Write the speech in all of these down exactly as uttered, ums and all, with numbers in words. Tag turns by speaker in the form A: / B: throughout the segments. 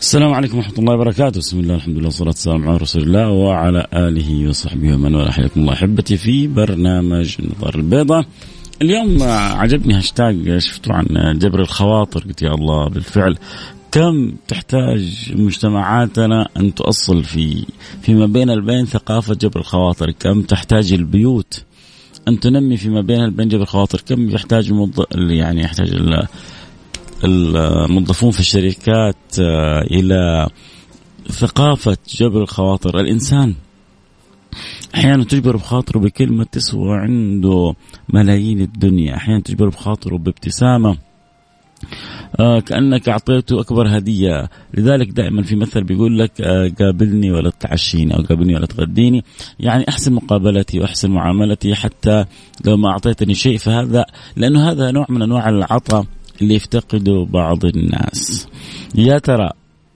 A: السلام عليكم ورحمة الله وبركاته. بسم الله الحمد لله والصلاة والسلام على رسول الله وعلى آله وصحبه ومن والاه. حياكم الله أحبتي في برنامج النظارة البيضاء. اليوم عجبني هاشتاج شفته عن جبر الخواطر. قلت يا الله بالفعل كم تحتاج مجتمعاتنا أن تؤصل في فيما بين البين ثقافة جبر الخواطر. كم تحتاج البيوت أن تنمي فيما بين البين جبر الخواطر. كم يحتاج موظ... يعني يحتاج ال... الموظفون في الشركات إلى ثقافة جبر الخواطر. الإنسان أحيانا تجبر بخاطره بكلمة تسوى عنده ملايين الدنيا. أحيانا تجبر بخاطره بابتسامة آه كأنك أعطيته أكبر هدية. لذلك دائما في مثل بيقول لك آه قابلني ولا تعشيني أو قابلني ولا تغديني. يعني أحسن مقابلتي وأحسن معاملتي حتى لو ما أعطيتني شيء. فهذا لأنه هذا نوع من أنواع العطاء اللي يفتقده بعض الناس. يا ترى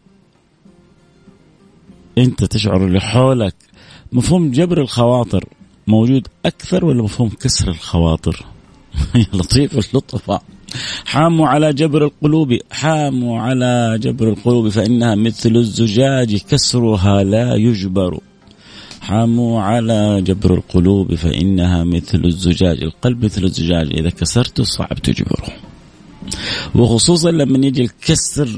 A: أنت تشعر اللي حولك مفهوم جبر الخواطر موجود أكثر ولا مفهوم كسر الخواطر؟ يا لطيف اللطفاء. حاموا على جبر القلوب حاموا على جبر القلوب فإنها مثل الزجاج كسرها لا يجبر. حاموا على جبر القلوب فإنها مثل الزجاج. القلب مثل الزجاج إذا كسرته صعب تجبره، وخصوصا لما يجي الكسر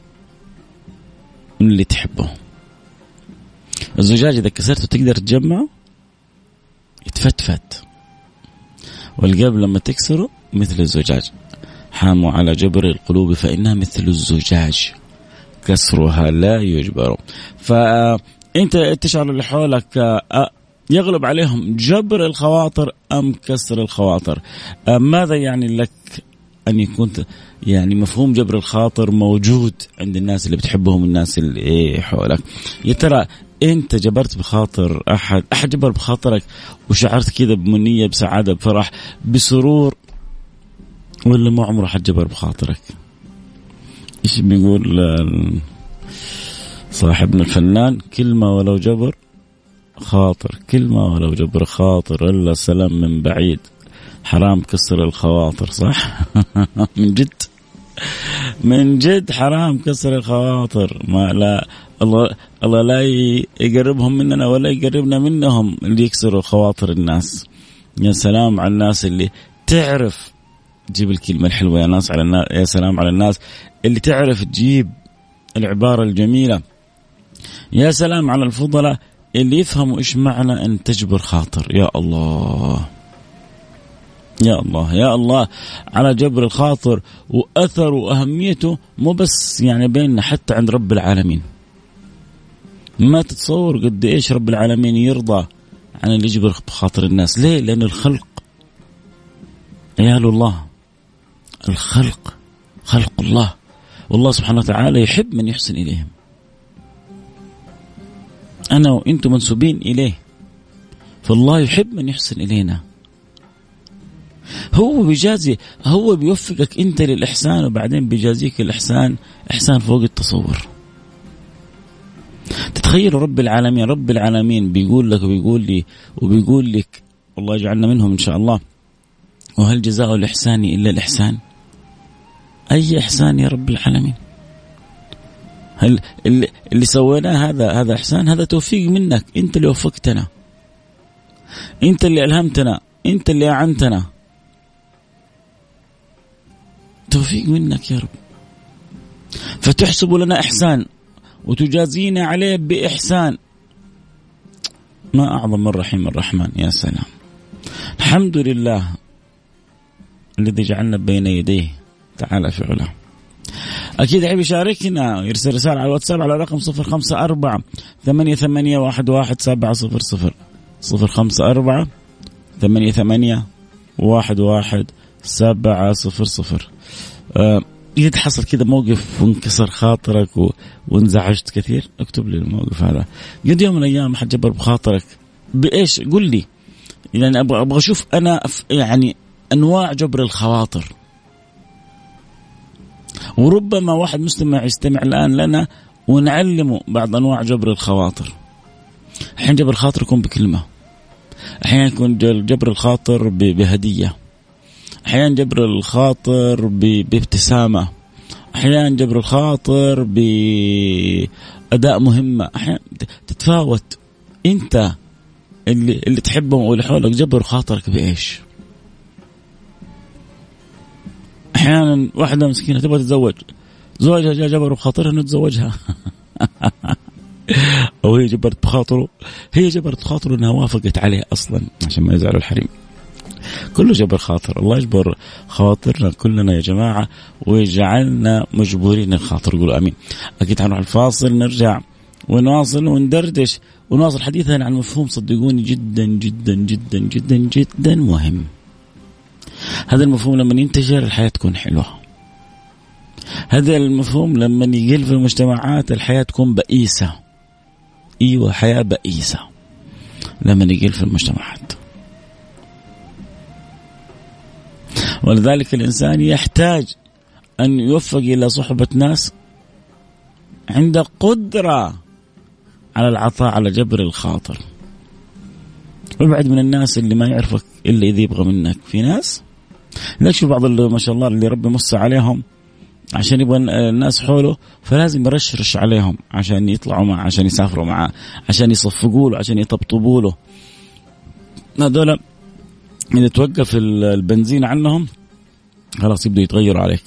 A: من اللي تحبه. الزجاج إذا كسرته تقدر تجمعه يتفتفت، والقلب لما تكسره مثل الزجاج. حاموا على جبر القلوب فإنها مثل الزجاج كسرها لا يجبر. فأنت تشعر اللي حولك يغلب عليهم جبر الخواطر أم كسر الخواطر؟ ماذا يعني لك أن يكون يعني مفهوم جبر الخاطر موجود عند الناس اللي بتحبهم، الناس اللي حولك؟ يا ترى أنت جبرت بخاطر أحد أحد جبر بخاطرك وشعرت كذا بمنية بسعادة بفرح بسرور، ولا ما عمره حد جبر بخاطرك؟ إيش بيقول صاحبنا الفنان؟ كلمة ولو جبر خاطر، كلمة ولو جبر خاطر إلا سلام من بعيد، حرام كسر الخواطر. صح؟ من جد من جد حرام كسر الخواطر. ما لا الله الله لا يقربهم مننا ولا يقربنا منهم اللي يكسروا خواطر الناس. يا سلام على الناس اللي تعرف تجيب الكلمة الحلوة. يا ناس على الناس، يا سلام على الناس اللي تعرف تجيب العبارة الجميلة. يا سلام على الفضلاء اللي يفهموا إيش معنى أن تجبر خاطر. يا الله يا الله يا الله على جبر الخاطر وأثر وأهميته، مو بس يعني بيننا حتى عند رب العالمين. ما تتصور قد إيش رب العالمين يرضى عن اللي يجبر بخاطر الناس. ليه؟ لأن الخلق عيال الله، الخلق خلق الله، والله سبحانه وتعالى يحب من يحسن إليهم. أنا وإنتم منسوبين إليه، فالله يحب من يحسن إلينا. هو بيجازي، هو بيوفقك أنت للإحسان وبعدين بيجازيك الإحسان إحسان فوق التصور. تتخيل رب العالمين رب العالمين بيقول لك وبيقول لي وبيقول لك، والله يجعلنا منهم إن شاء الله، وهل جزاء الإحسان إلا الإحسان؟ أي إحسان يا رب العالمين؟ هل اللي, اللي سويناه هذا هذا إحسان؟ هذا توفيق منك، أنت اللي وفقتنا، أنت اللي ألهمتنا، أنت اللي أعنتنا، توفيق منك يا رب. فتحسب لنا إحسان وتجازينا عليه بإحسان. ما أعظم من رحيم الرحمن. يا سلام، الحمد لله الذي جعلنا بين يديه تعالى في علاه. أكيد عيب يشاركنا، يرسل رسالة على الواتساب على رقم صفر خمسة أربعة ثمانية ثمانية واحد واحد سبعة صفر صفر صفر خمسة أربعة ثمانية ثمانية واحد واحد سبعة صفر صفر. أه إذا حصل كذا موقف وانكسر خاطرك و... وانزعجت كثير، اكتب لي الموقف هذا. قد يوم من الأيام حد جبر بخاطرك بإيش؟ قل لي، يعني أبغى أبغى أشوف أنا يعني أنواع جبر الخواطر. وربما واحد مستمع يستمع الآن لنا ونعلمه بعض أنواع جبر الخواطر. أحيانا جبر الخاطر يكون بكلمة، أحيانا يكون جبر الخاطر بهدية، أحيانا جبر الخاطر بابتسامة، أحيانا جبر الخاطر بأداء مهمة، أحيانا تتفاوت. أنت اللي اللي تحبهم واللي حولك جبر خاطرك بإيش؟ أحيانا واحدة مسكينة تبغى تتزوج، زوجها جاء جبر خاطرها إنه تزوجها أو هي جبرت بخاطره، هي جبرت خاطره إنها وافقت عليه أصلا عشان ما يزعلوا الحريم. كله جبر خاطر. الله يجبر خاطرنا كلنا يا جماعة ويجعلنا مجبورين الخاطر. قولوا آمين. أكيد حنروح الفاصل، نرجع ونواصل وندردش ونواصل حديثنا عن مفهوم صدقوني جدا جدا جدا جدا جدا مهم. هذا المفهوم لما ينتشر الحياة تكون حلوة. هذا المفهوم لما يقل في المجتمعات الحياة تكون بئيسة. ايوه حياة بئيسة لما يقل في المجتمعات. ولذلك الإنسان يحتاج أن يوفق إلى صحبة ناس عنده قدرة على العطاء على جبر الخاطر. وابعد من الناس اللي ما يعرفك إلا إذا يبغى منك. في ناس لا شوف بعض اللي ما شاء الله اللي ربي مس عليهم عشان يبغى الناس حوله فلازم يرشرش عليهم عشان يطلعوا معه، عشان يسافروا معه، عشان يصفقوا له، عشان يطبطبوا له. هذول إذا توقف البنزين عنهم خلاص يبدأ يتغيروا عليك.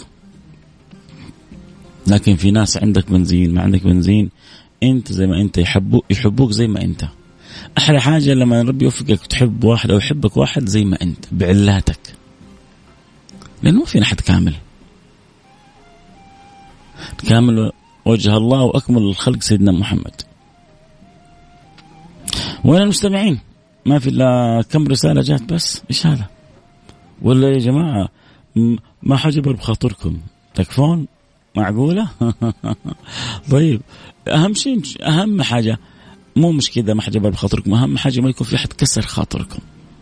A: لكن في ناس عندك بنزين ما عندك بنزين، انت زي ما انت، يحبوك يحبوك زي ما انت. احلى حاجة لما ربي يوفقك تحب واحد او يحبك واحد زي ما انت بعلاتك، لانه ما في احد كامل. كامل وجه الله واكمل الخلق سيدنا محمد. وين المستمعين؟ ما في الا كم رسالة جات بس. ايش هذا؟ ولا يا جماعة ما حجبر بخاطركم تكفون؟ معقولة؟ طيب أهم شيء، أهم حاجة مو مش كذا ما حجبر بخاطركم، أهم حاجة ما يكون في حد كسر خاطركم.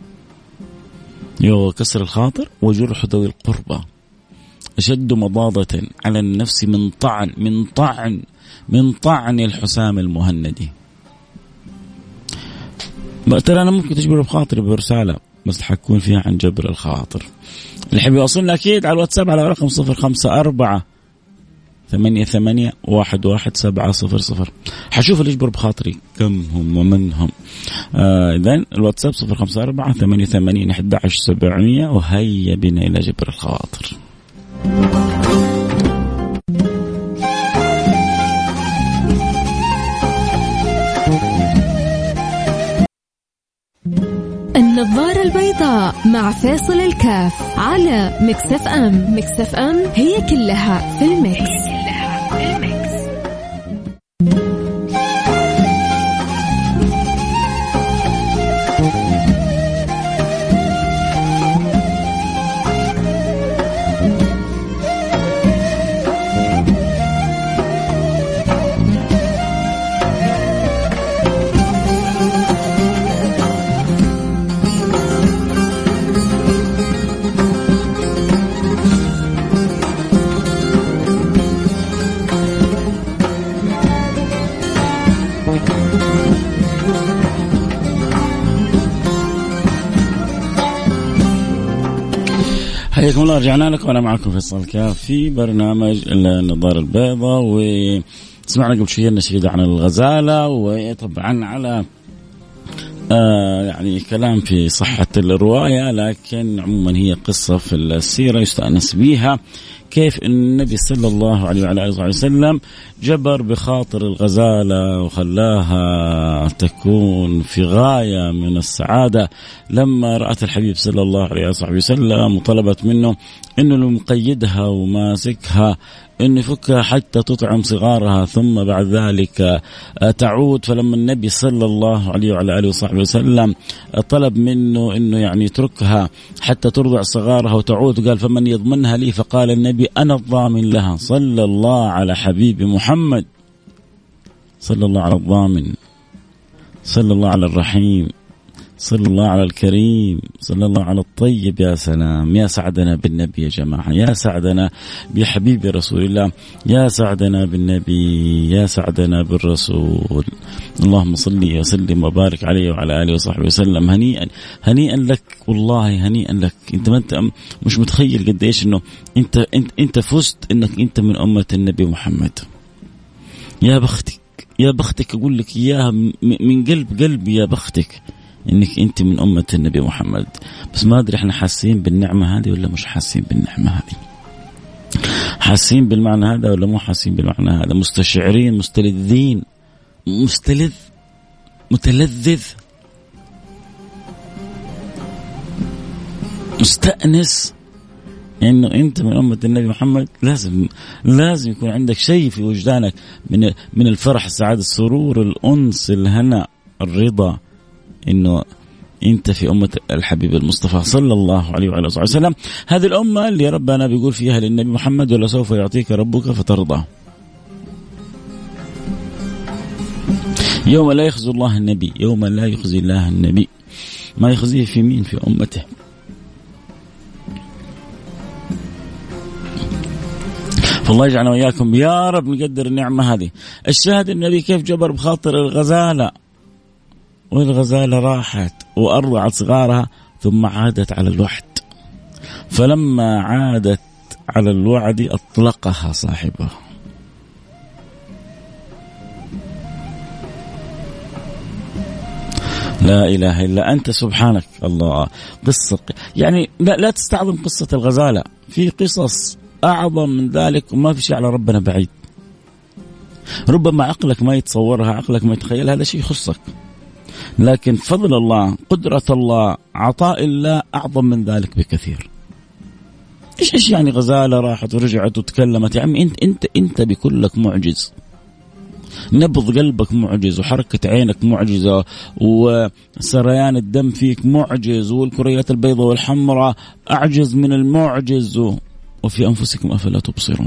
A: يو كسر الخاطر وجرح ذوي القربى أشد مضاضة على النفس من طعن من طعن من طعن الحسام المهندي. ترى أنا ممكن تجبر بخاطري برسالة بس حكون فيها عن جبر الخاطر. اللي حبي يوصلنا أكيد على الواتساب على رقم صفر خمسة أربعة ثمانية ثمانية واحد واحد سبعة صفر صفر. حشوف اللي يجبر بخاطري كم هم ومن هم. آه إذن الواتساب صفر خمسة أربعة ثمانية ثمانية أحد عشر سبعمية. وهيا بنا إلى جبر الخواطر.
B: النظارة البيضاء مع فاصل الكاف على ميكس اف ام. ميكس اف ام هي كلها في الميكس.
A: حياكم الله. رجعنا لكم وانا معكم فيصل الكاف في برنامج النظارة البيضاء. وسمعنا قبل شوية نشيد عن الغزالة، وطبعا على آه يعني كلام في صحة الرواية، لكن عموما هي قصة في السيرة يستأنس بها، كيف النبي صلى الله عليه وعلى آله وسلم جبر بخاطر الغزالة وخلاها تكون في غاية من السعادة لما رأت الحبيب صلى الله عليه وسلم وطلبت منه إنه مقيدها وماسكها إنه يفكها حتى تطعم صغارها ثم بعد ذلك تعود. فلما النبي صلى الله عليه وعلى آله وصحبه وسلم طلب منه إنه يعني يتركها حتى ترضع صغارها وتعود، قال فمن يضمنها لي؟ فقال النبي أنا الضامن لها. صلى الله على حبيب محمد، صلى الله على الضامن، صلى الله على الرحيم، صلى الله على الكريم، صلى الله على الطيب. يا سلام، يا سعدنا بالنبي يا جماعة، يا سعدنا بحبيب رسول الله، يا سعدنا بالنبي، يا سعدنا بالرسول. اللهم صل وسلم وبارك عليه وعلى آله وصحبه وسلم. هنيئا هنيئا لك، والله هنيئا لك. انت ما انت مش متخيل قد ايش انه انت انت انت فزت انك انت من أمة النبي محمد. يا بختك، يا بختك، أقول لك إياها من قلب قلبي، يا بختك إنك أنت من أمة النبي محمد. بس ما أدري إحنا حاسين بالنعمة هذه ولا مش حاسين بالنعمة هذه، حاسين بالمعنى هذا ولا مو حاسين بالمعنى هذا، مستشعرين، مستلذين، مستلذ، متلذذ، مستأنس إنه أنت من أمة النبي محمد. لازم لازم يكون عندك شيء في وجدانك من من الفرح، السعادة، السرور، الأنس، الهناء، الرضا، إنه أنت في أمة الحبيب المصطفى صلى الله عليه وعلى آله وسلم. هذه الأمة اللي ربنا بيقول فيها للنبي محمد: ولا سوف يعطيك ربك فترضى. يوم لا يخزي الله النبي، يوم لا يخزي الله النبي، ما يخزيه في مين؟ في أمته. فالله يجعلنا وإياكم يا رب نقدر النعمة هذه. الشاهد النبي كيف جبر بخاطر الغزالة، والغزالة راحت وأرضعت صغارها ثم عادت على الوحد، فلما عادت على الوعد أطلقها صاحبها. لا إله إلا أنت سبحانك الله. قصة يعني لا, لا تستعظم قصة الغزالة، في قصص أعظم من ذلك وما في شيء على ربنا بعيد. ربما عقلك ما يتصورها، عقلك ما يتخيل، هذا شيء يخصك، لكن فضل الله، قدرة الله، عطاء الله أعظم من ذلك بكثير. إيش إيش يعني غزالة راحت ورجعت وتكلمت؟ يا عمي أنت أنت أنت بكلك معجز، نبض قلبك معجز، وحركة عينك معجزة، وسريان الدم فيك معجز، والكريات البيضاء والحمراء أعجز من المعجز، وفي أنفسكم أفلا تبصرون.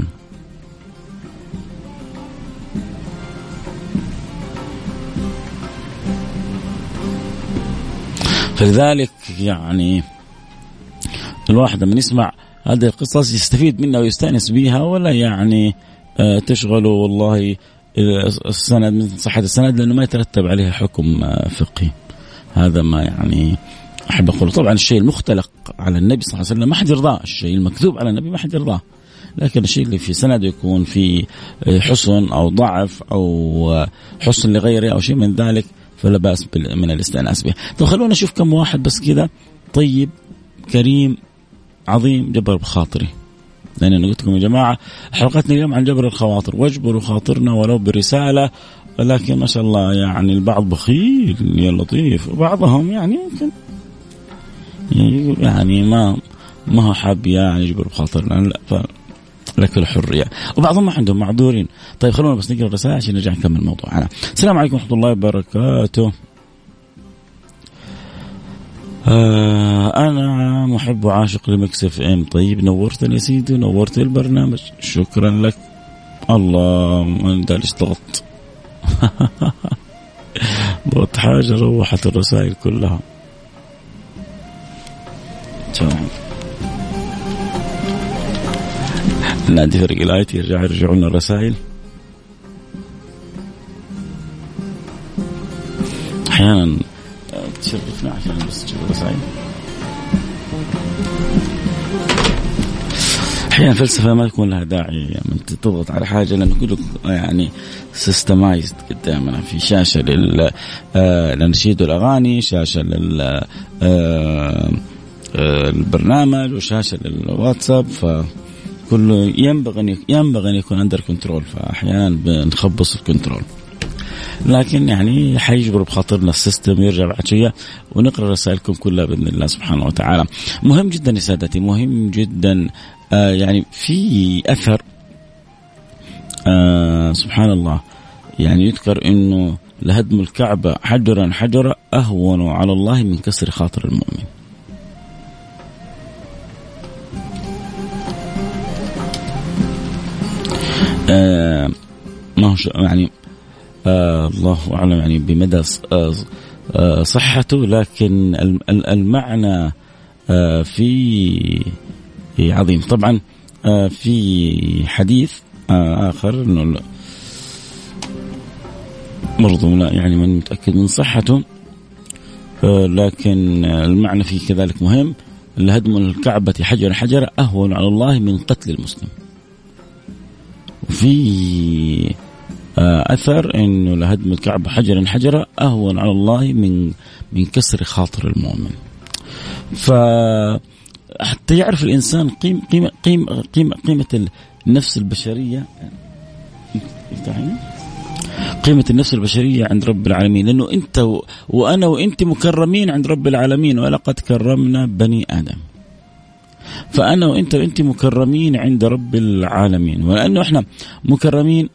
A: فلذلك يعني الواحد من يسمع هذه القصص يستفيد منها ويستأنس بها، ولا يعني تشغله والله السند من صحة السند، لأنه ما يترتب عليها حكم فقهي. هذا ما يعني أحب أقول. طبعا الشيء المختلق على النبي صلى الله عليه وسلم ما حد يرضاه، الشيء المكذوب على النبي ما حد يرضاه، لكن الشيء اللي في سند يكون في حسن أو ضعف أو حسن لغيره أو شيء من ذلك فلا بأس من الاستئناس به. طب خلونا نشوف كم واحد بس كذا طيب كريم عظيم جبر بخاطري، لأن أنا قلت لكم يا جماعة حلقتنا اليوم عن جبر الخواطر، واجبروا خاطرنا ولو برسالة. لكن ما شاء الله يعني البعض بخيل يا لطيف، وبعضهم يعني ممكن يعني ما ما هو حاب يعني يجبر بخاطرنا، لا ف لك الحرية، وبعضهم ما عندهم معذورين. طيب خلونا بس نقرأ الرسائل عشان نرجع نكمل موضوعنا. السلام عليكم ورحمة الله وبركاته. آه أنا محب وعاشق لمكس اف ام. طيب نورتني يا سيدي، نورت البرنامج، شكرا لك. الله من دالش ضغط ضغط حاجة، روحت الرسائل كلها. تمام، نادي فريق الآيتي يرجع يرجعوا لنا الرسائل. أحيانا تشرفنا عشان بس تشوف الرسائل. أحيانا فلسفة ما يكون لها داعي من تضغط على حاجة، لأنه كله يعني سيستمايزد قدامنا في شاشة لل للنشيد والأغاني، شاشة لل البرنامج، وشاشة للواتساب، فكله ينبغي أن ينبغي أن يكون أندر كنترول، فأحيانا بنخبص الكنترول. لكن يعني حيجبر بخاطرنا السيستم يرجع بعد شوية ونقرأ رسائلكم كلها بإذن الله سبحانه وتعالى. مهم جدا يا سادتي، مهم جدا. آه يعني في أثر آه سبحان الله يعني يذكر إنه لهدم الكعبة حجرا حجرا أهون على الله من كسر خاطر المؤمن. آه ما هو يعني آه الله أعلم يعني بمدى صحته، لكن المعنى في عظيم. طبعا في حديث آخر إنه برضو لا يعني من متأكد من صحته، لكن المعنى فيه كذلك مهم. لهدم الكعبة حجر حجر أهون على الله من قتل المسلم. وفي أثر إنه لهدم الكعبة حجرا حجرا أهون على الله من من كسر خاطر المؤمن. فحتى يعرف الإنسان قيمة قيمة قيمة قيمة قيمة النفس البشرية، قيمة النفس البشرية عند رب العالمين، لأنه أنت وأنا وأنت مكرمين عند رب العالمين، ولقد كرمنا بني آدم. فأنا وأنت وأنت مكرمين عند رب العالمين، ولأنه إحنا مكرمين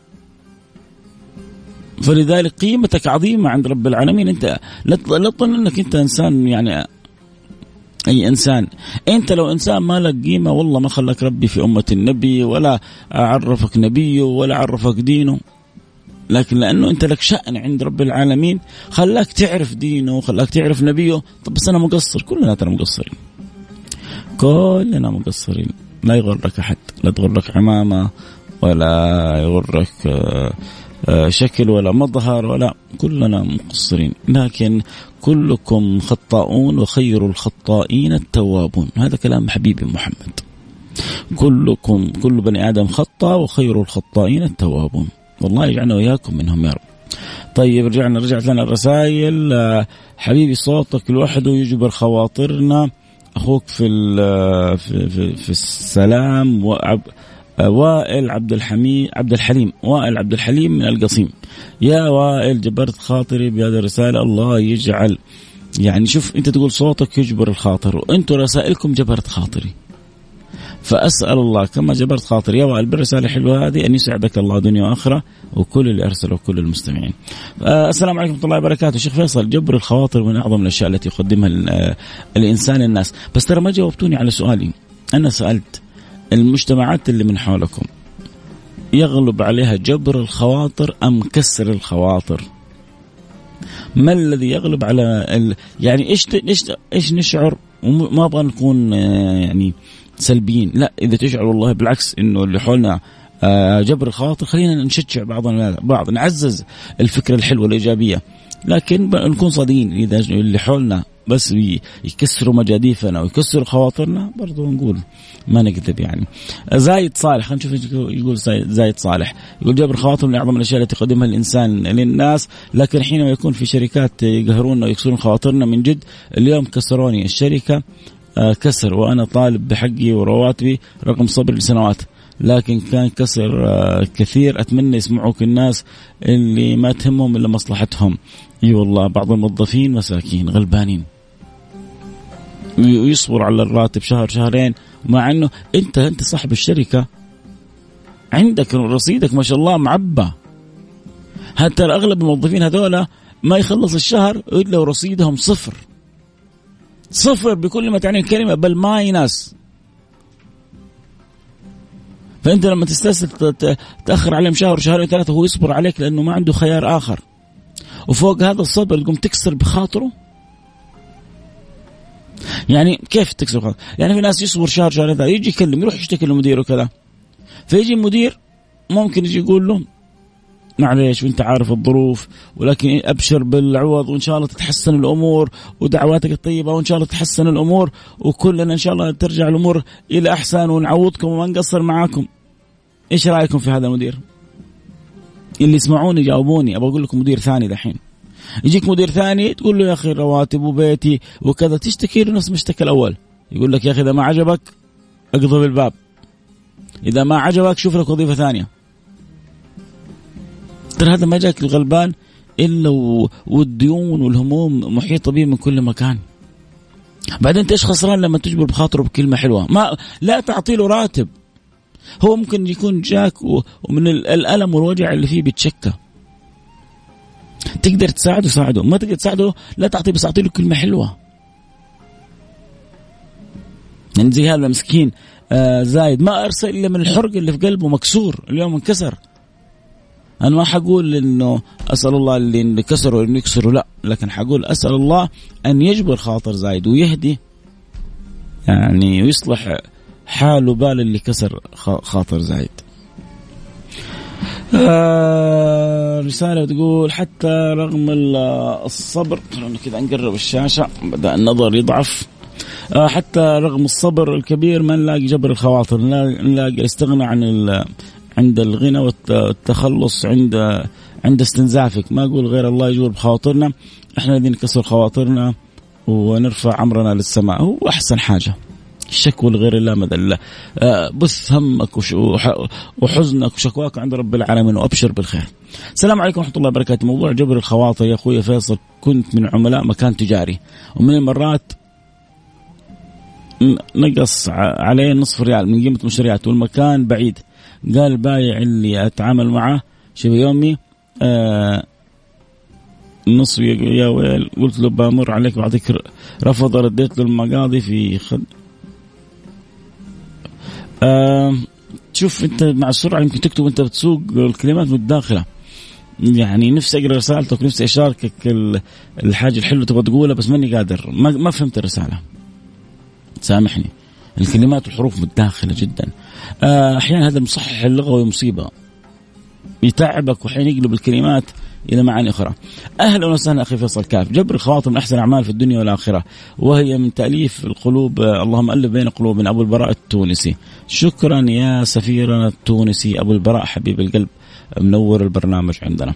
A: فلذلك قيمتك عظيمة عند رب العالمين. أنت لا تظن أنك أنت إنسان يعني أي إنسان. أنت لو إنسان ما لك قيمة والله ما خلك ربي في أمة النبي، ولا عرفك نبيه، ولا عرفك دينه، لكن لأنه أنت لك شأن عند رب العالمين خلاك تعرف دينه، خلاك تعرف نبيه. طب بس أنا مقصر، كلنا ترى مقصرين، كلنا مقصرين. لا يغرك أحد، لا تغرك عمامة، ولا يغرك شكل ولا مظهر، ولا كلنا مقصرين. لكن كلكم خطاؤون وخير الخطائين التوابون. هذا كلام حبيبي محمد. كلكم كل بني آدم خطأ وخير الخطائين التوابون. والله يجعلنا وياكم منهم يا رب. طيب رجعنا رجعت لنا الرسائل. حبيبي صوتك لوحده يجبر خواطرنا. أخوك في في في, في السلام وعب وائل عبد الحميد عبد الحليم وائل عبد الحليم من القصيم. يا وائل جبرت خاطري بهذه الرسالة. الله يجعل يعني شوف أنت تقول صوتك يجبر الخاطر، وأنتوا رسائلكم جبرت خاطري. فأسأل الله كما جبرت خاطر يا وائل بالرسالة الحلوة هذه أن يسعدك الله دنيا وآخرة، وكل اللي أرسله وكل المستمعين. السلام عليكم ورحمة الله وبركاته. شيخ فيصل، جبر الخواطر من أعظم الأشياء التي يقدمها الإنسان الناس. بس ترى ما جاوبتوني على سؤالي. أنا سألت المجتمعات اللي من حولكم يغلب عليها جبر الخواطر أم كسر الخواطر؟ ما الذي يغلب على ال... يعني إيش إيش إيش نشعر؟ وما أبغى نكون يعني سلبيين، لا إذا تشعر والله بالعكس إنه اللي حولنا جبر الخواطر، خلينا نشجع بعضنا بعض، نعزز الفكرة الحلوة الإيجابية. لكن نكون صادقين، إذا اللي حولنا بس يكسروا مجاديفنا ويكسروا خواطرنا برضو نقول ما نكذب. يعني زايد صالح، خلينا نشوف يقول زايد صالح، يقول جبر الخواطر من أعظم الأشياء التي يقدمها الإنسان للناس، لكن حينما يكون في شركات يقهروننا ويكسرون خواطرنا من جد. اليوم كسروني الشركة كسر وأنا طالب بحقي ورواتبي رقم صبر لسنوات، لكن كان كسر كثير. أتمنى يسمعوك الناس اللي ما تهمهم إلا مصلحتهم. اي والله بعض الموظفين مساكين غلبانين ويصبر على الراتب شهر شهرين، مع انه انت انت صاحب الشركة، عندك رصيدك ما شاء الله معبى. حتى اغلب الموظفين هذولا ما يخلص الشهر الا ورصيدهم صفر صفر بكل ما تعني الكلمة، بل ما يناس. فانت لما تستسهل تاخر عليهم شهر شهرين ثلاثة هو يصبر عليك لانه ما عنده خيار اخر، وفوق هذا الصبر تقوم تكسر بخاطره. يعني كيف تكسر بخاطره؟ يعني في ناس يصبر شهر شهرين ثلاثة يجي يكلم يروح يشتكي لمديره كذا، فيجي المدير ممكن يجي يقول له معليش وانت عارف الظروف، ولكن ابشر بالعوض وان شاء الله تتحسن الامور ودعواتك الطيبه وان شاء الله تتحسن الامور وكلنا ان شاء الله ترجع الامور الى احسن ونعوضكم وما نقصر معاكم. ايش رايكم في هذا المدير؟ اللي يسمعوني جاوبوني. ابغى اقول لكم مدير ثاني دحين يجيك مدير ثاني تقول له يا اخي رواتب وبيتي وكذا، تشتكي له نفس مشتكى الاول، يقول لك يا اخي اذا ما عجبك اقضب الباب، اذا ما عجبك شوف لك وظيفه ثانيه. ترى هذا ما جاك الغلبان إلا والديون والهموم محيطة به من كل مكان. بعدين أنت إيش خسران لما تجبر بخاطره بكلمة حلوة؟ ما لا تعطي له راتب، هو ممكن يكون جاك ومن الألم والوجع اللي فيه بيتشكى. تقدر تساعده ساعده، ما تقدر تساعده لا تعطي، بس أعطي له كلمة حلوة. يعني زي هذا المسكين آه زايد ما أرسل إلا من الحرق اللي في قلبه مكسور، اليوم انكسر. أنا ما حقول إنه أسأل الله اللي كسره إنه يكسره، لا، لكن حقول أسأل الله أن يجبر خاطر زايد ويهدي يعني ويصلح حاله بال اللي كسر خاطر زايد. آه رسالة تقول حتى رغم الصبر، خلونا كذا نقرب الشاشة بدأ النظر يضعف. آه حتى رغم الصبر الكبير ما نلاقي جبر الخواطر، نلاقي استغنى عن عند الغنى والتخلص عند عند استنزافك. ما أقول غير الله يجبر بخواطرنا، إحنا الذين نكسر خواطرنا ونرفع عمرنا للسماء، هو أحسن حاجة. الشكوى لغير الله مذلة. آه بث همك وحزنك وشكواك عند رب العالمين وأبشر بالخير. السلام عليكم ورحمة الله وبركاته. موضوع جبر الخواطر يا أخوي فيصل، كنت من عملاء مكان تجاري ومن المرات نقص عليه نصف ريال من قيمة مشتريات والمكان بعيد. قال بايع اللي أتعامل معه شبه يومي آه نصف يا ويل. قلت له بامر عليك بعطيك، رفض. رديت له المقاضي في خد. آه شوف أنت مع السرعة يمكن تكتب أنت بتسوق الكلمات متداخلة، يعني نفسي أقرأ رسالتك، نفسي أشاركك الحاجة الحلوة تبغى تقولها بس ماني قادر، ما ما فهمت الرسالة، سامحني. الكلمات والحروف متداخلة جدا. آه أحيانا هذا المصحح اللغوي مصيبة، يتعبك وحين يقلب الكلمات إلى معاني أخرى. أهلا وسهلا أخي فيصل كاف. جبر الخواطر من أحسن أعمال في الدنيا والآخرة، وهي من تأليف القلوب. اللهم ألف بين قلوبنا. أبو البراء التونسي. شكرا يا سفيرنا التونسي أبو البراء حبيب القلب، منور البرنامج عندنا.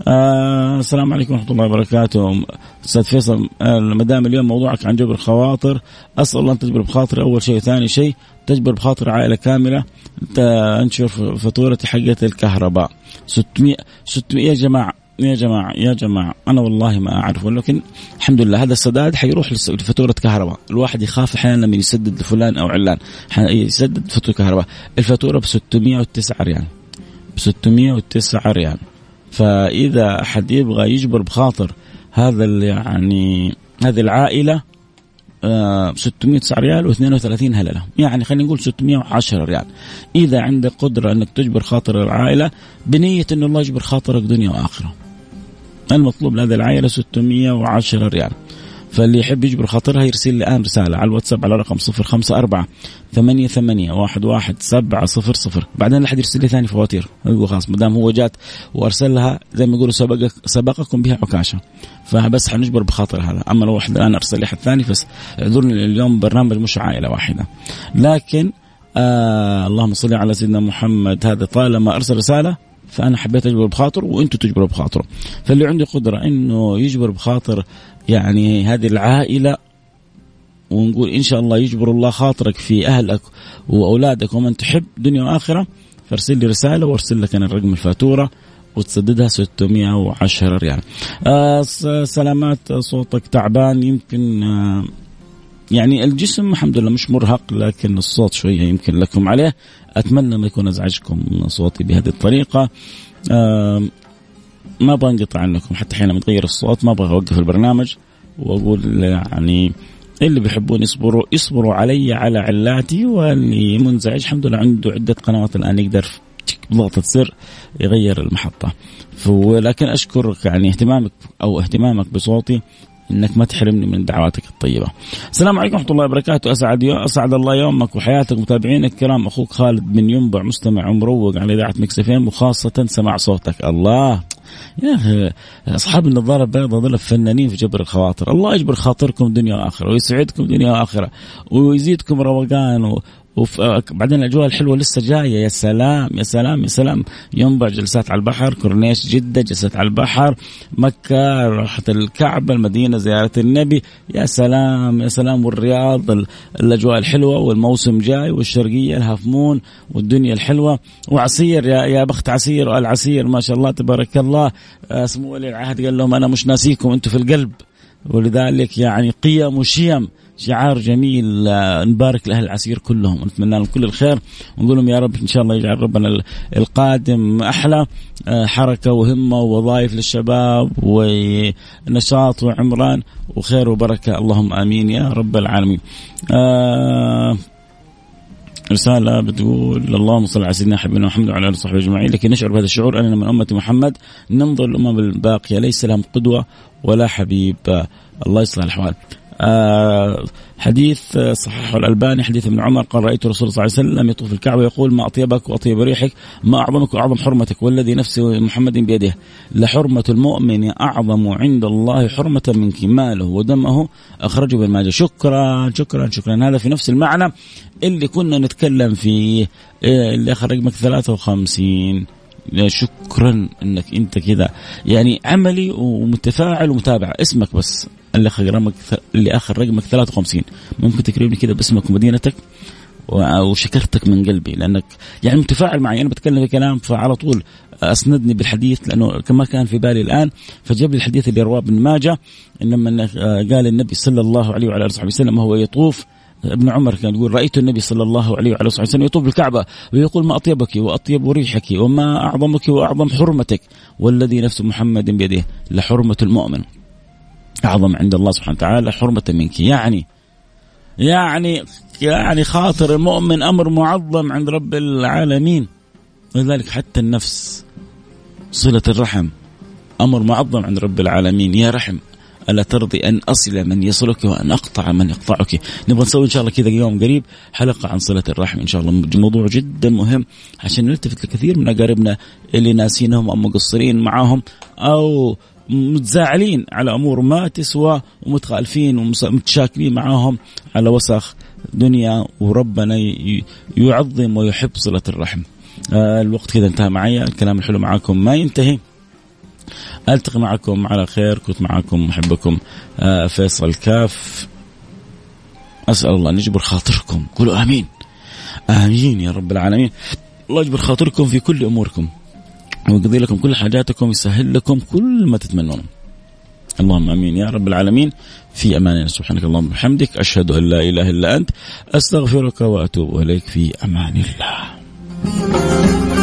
A: آه السلام عليكم ورحمة الله وبركاته. أستاذ فيصل، المدام اليوم موضوعك عن جبر الخواطر. أسأل الله أن تجبر بخاطر أول شيء، ثاني شيء تجبر بخاطر عائلة كاملة. تنشر فاتورة حقة الكهرباء ستمائة ستمائة. يا جماعة يا جماعة يا جماعة أنا والله ما أعرف، ولكن الحمد لله هذا السداد حيروح لفاتورة كهرباء. الواحد يخاف أحيانا لما يسدد لفلان أو علان يسدد فاتورة كهرباء. الفاتورة بستمائة وتسعة ريال، بستمائة وتسعة ريال. فإذا أحد يبغى يجبر بخاطر هذا يعني هذه العائلة آه ستمائة وتسعة ريال واثنين وثلاثين هللة، يعني خلينا نقول ستمائة وعشرة ريال. إذا عندك قدرة أنك تجبر خاطر العائلة بنية أن الله يجبر خاطرك دنيا وآخرة، المطلوب لهذه العائلة ستمائة وعشرة ريال. فاللي يحب يجبر خاطرها يرسل لي الآن رسالة على الواتساب على رقم صفر خمسة أربعة ثمانية ثمانية واحد واحد سبعة صفر صفر. بعدين لا حد يرسل لي ثاني فواتير، يقول خلاص مدام هو جات وأرسلها زي ما يقولوا سبق سبقكم بها عكاشة، فبس حنجبر بخاطر هذا. أما لو واحد الآن أرسل لي حد ثاني بس اعذرني، اليوم برنامج مش عائلة واحدة. لكن آه اللهم صل على سيدنا محمد، هذا طالما أرسل رسالة فأنا حبيت أجبر بخاطر وأنتوا تجبروا بخاطره. فاللي عنده قدرة إنه يجبر بخاطر يعني هذه العائلة، ونقول إن شاء الله يجبر الله خاطرك في أهلك وأولادك ومن تحب دنيا وآخرة، فارسل لي رسالة وارسل لك أنا الرقم الفاتورة وتسددها ستمائة وعشرة ريال. آه سلامات. صوتك تعبان يمكن، آه يعني الجسم الحمد لله مش مرهق، لكن الصوت شوية يمكن لكم عليه. أتمنى ما يكون أزعجكم صوتي بهذه الطريقة. آه ما أبغى أنقطع عنكم حتى حين متغير الصوت، ما أبغى أوقف البرنامج وأقول يعني اللي بيحبون يصبروا يصبروا علي على علاتي، واللي منزعج الحمد لله عنده عدة قنوات الآن يقدر بضغطة زر يغير المحطة. ولكن أشكرك يعني اهتمامك أو اهتمامك بصوتي، إنك ما تحرمني من دعواتك الطيبة. السلام عليكم ورحمة الله وبركاته. أسعد يوم أسعد الله يومك وحياتك متابعينك الكرام. أخوك خالد بن ينبع مستمع ومروق على إذاعة ميكس إف إم، وخاصة سماع صوتك. الله يا أخي أصحاب النظارة البيضاء ظل فنانين في جبر الخواطر. الله يجبر خاطركم دنيا وآخرة ويسعدكم دنيا وآخرة ويزيدكم روقان و... وبعدين الأجواء الحلوة لسه جاية. يا سلام يا سلام يا سلام. ينبع جلسات على البحر، كورنيش جدة جلسات على البحر، مكة راحة الكعبة، المدينة زيارة النبي. يا سلام يا سلام. والرياض الأجواء الحلوة، والموسم جاي، والشرقية الهفمون والدنيا الحلوة، وعسير يا يا بخت عسير والعسير ما شاء الله تبارك الله. سمو ولي العهد قال لهم أنا مش ناسيكم أنتم في القلب، ولذلك يعني قيم وشيم شعار جميل. نبارك لأهل العسير كلهم ونتمنى لهم كل الخير، ونقول لهم يا رب إن شاء الله يجعل ربنا القادم أحلى حركة وهمة ووظائف للشباب ونشاط وعمران وخير وبركة، اللهم آمين يا رب العالمين. آه رسالة بتقول اللهم صل على سيدنا حبيبنا محمد وعلى آله وصحبه أجمعين، لكن نشعر بهذا الشعور أننا من أمة محمد ننظر الأمم الباقية ليس لهم قدوة ولا حبيب. الله يصلح الأحوال. آه حديث صححه الألباني، حديث ابن عمر قال رأيت رسول الله صلى الله عليه وسلم يطوف الكعبة يقول ما أطيبك وأطيب ريحك، ما أعظمك وأعظم حرمتك، والذي نفس محمد بيده لحرمة المؤمن أعظم عند الله حرمة منك، ماله ودمه، أخرجه ابن ماجه. شكرا شكرا شكرا. هذا في نفس المعنى اللي كنا نتكلم فيه، اللي أخر رقمك ثلاثة وخمسين. شكرا انك انت كذا يعني عملي ومتفاعل ومتابع. اسمك بس اللي اخر رقمك اللي اخر رقمك ثلاثة وخمسين، ممكن تكرمني كذا باسمك ومدينتك، وشكرتك من قلبي لانك يعني متفاعل معي. انا بتكلم في كلام فعلى طول اسندني بالحديث، لانه كما كان في بالي الان فجاب لي الحديث اللي رواه ابن ماجه، انما قال النبي صلى الله عليه وعلى اله وسلم وهو يطوف. ابن عمر كان يقول رأيت النبي صلى الله عليه وعلى وسلم يطوف بالكعبة ويقول ما أطيبك وأطيب ريحك وما أعظمك وأعظم حرمتك، والذي نفس محمد بيده لحرمة المؤمن أعظم عند الله سبحانه وتعالى حرمة منك. يعني يعني يعني خاطر المؤمن أمر معظم عند رب العالمين. ولذلك حتى النفس صلة الرحم أمر معظم عند رب العالمين. يا رحم ألا ترضي أن أصل من يصلك وأن أقطع من يقطعك. نبغى نسوي إن شاء الله كذا يوم قريب حلقة عن صلة الرحم إن شاء الله، موضوع جدا مهم عشان نلتفت لكثير من أقاربنا اللي ناسينهم أو مقصرين معاهم أو متزاعلين على أمور ما تسوى ومتخالفين ومتشاكلين معاهم على وسخ دنيا، وربنا يعظم ويحب صلة الرحم. آه الوقت كذا انتهى معي، الكلام الحلو معاكم ما ينتهي. ألتقي معكم على خير. كنت معكم محبكم فيصل كاف. أسأل الله أن يجبر خاطركم. قولوا آمين آمين يا رب العالمين. الله يجبر خاطركم في كل أموركم ويقضي لكم كل حاجاتكم، يسهل لكم كل ما تتمنون. اللهم آمين يا رب العالمين. في أمان. سبحانك اللهم وبحمدك، أشهد أن لا إله إلا أنت، أستغفرك وأتوب إليك. في أمان الله.